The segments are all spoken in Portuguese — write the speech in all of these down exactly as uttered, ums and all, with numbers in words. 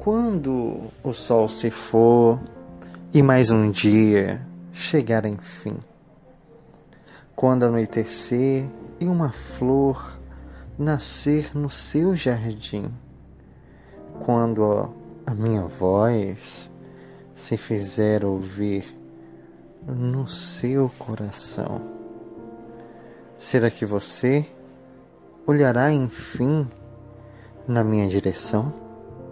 Quando o sol se for e mais um dia chegar enfim, quando anoitecer e uma flor nascer no seu jardim, quando a minha voz se fizer ouvir no seu coração, será que você olhará enfim na minha direção?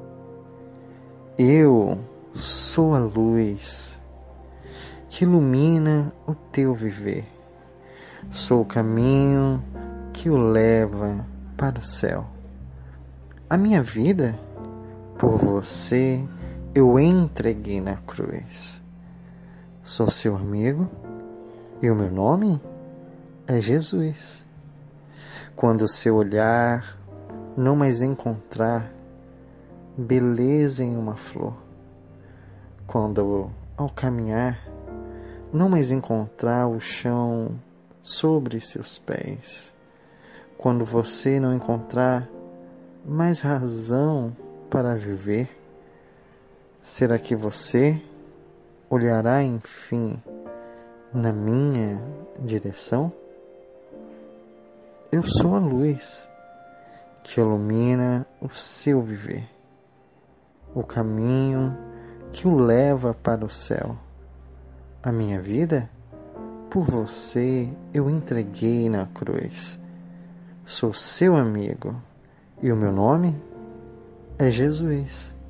Eu sou a luz que ilumina o teu viver. Sou o caminho que o leva para o céu. A minha vida, por você, eu entreguei na cruz. Sou seu amigo e o meu nome é Jesus. Quando o seu olhar não mais encontrar beleza em uma flor, quando ao caminhar não mais encontrar o chão sobre seus pés, quando você não encontrar mais razão para viver, será que você olhará enfim na minha direção? Eu sou a luz que ilumina o seu viver, o caminho que o leva para o céu. A minha vida, por você, eu entreguei na cruz. Sou seu amigo e o meu nome é Jesus.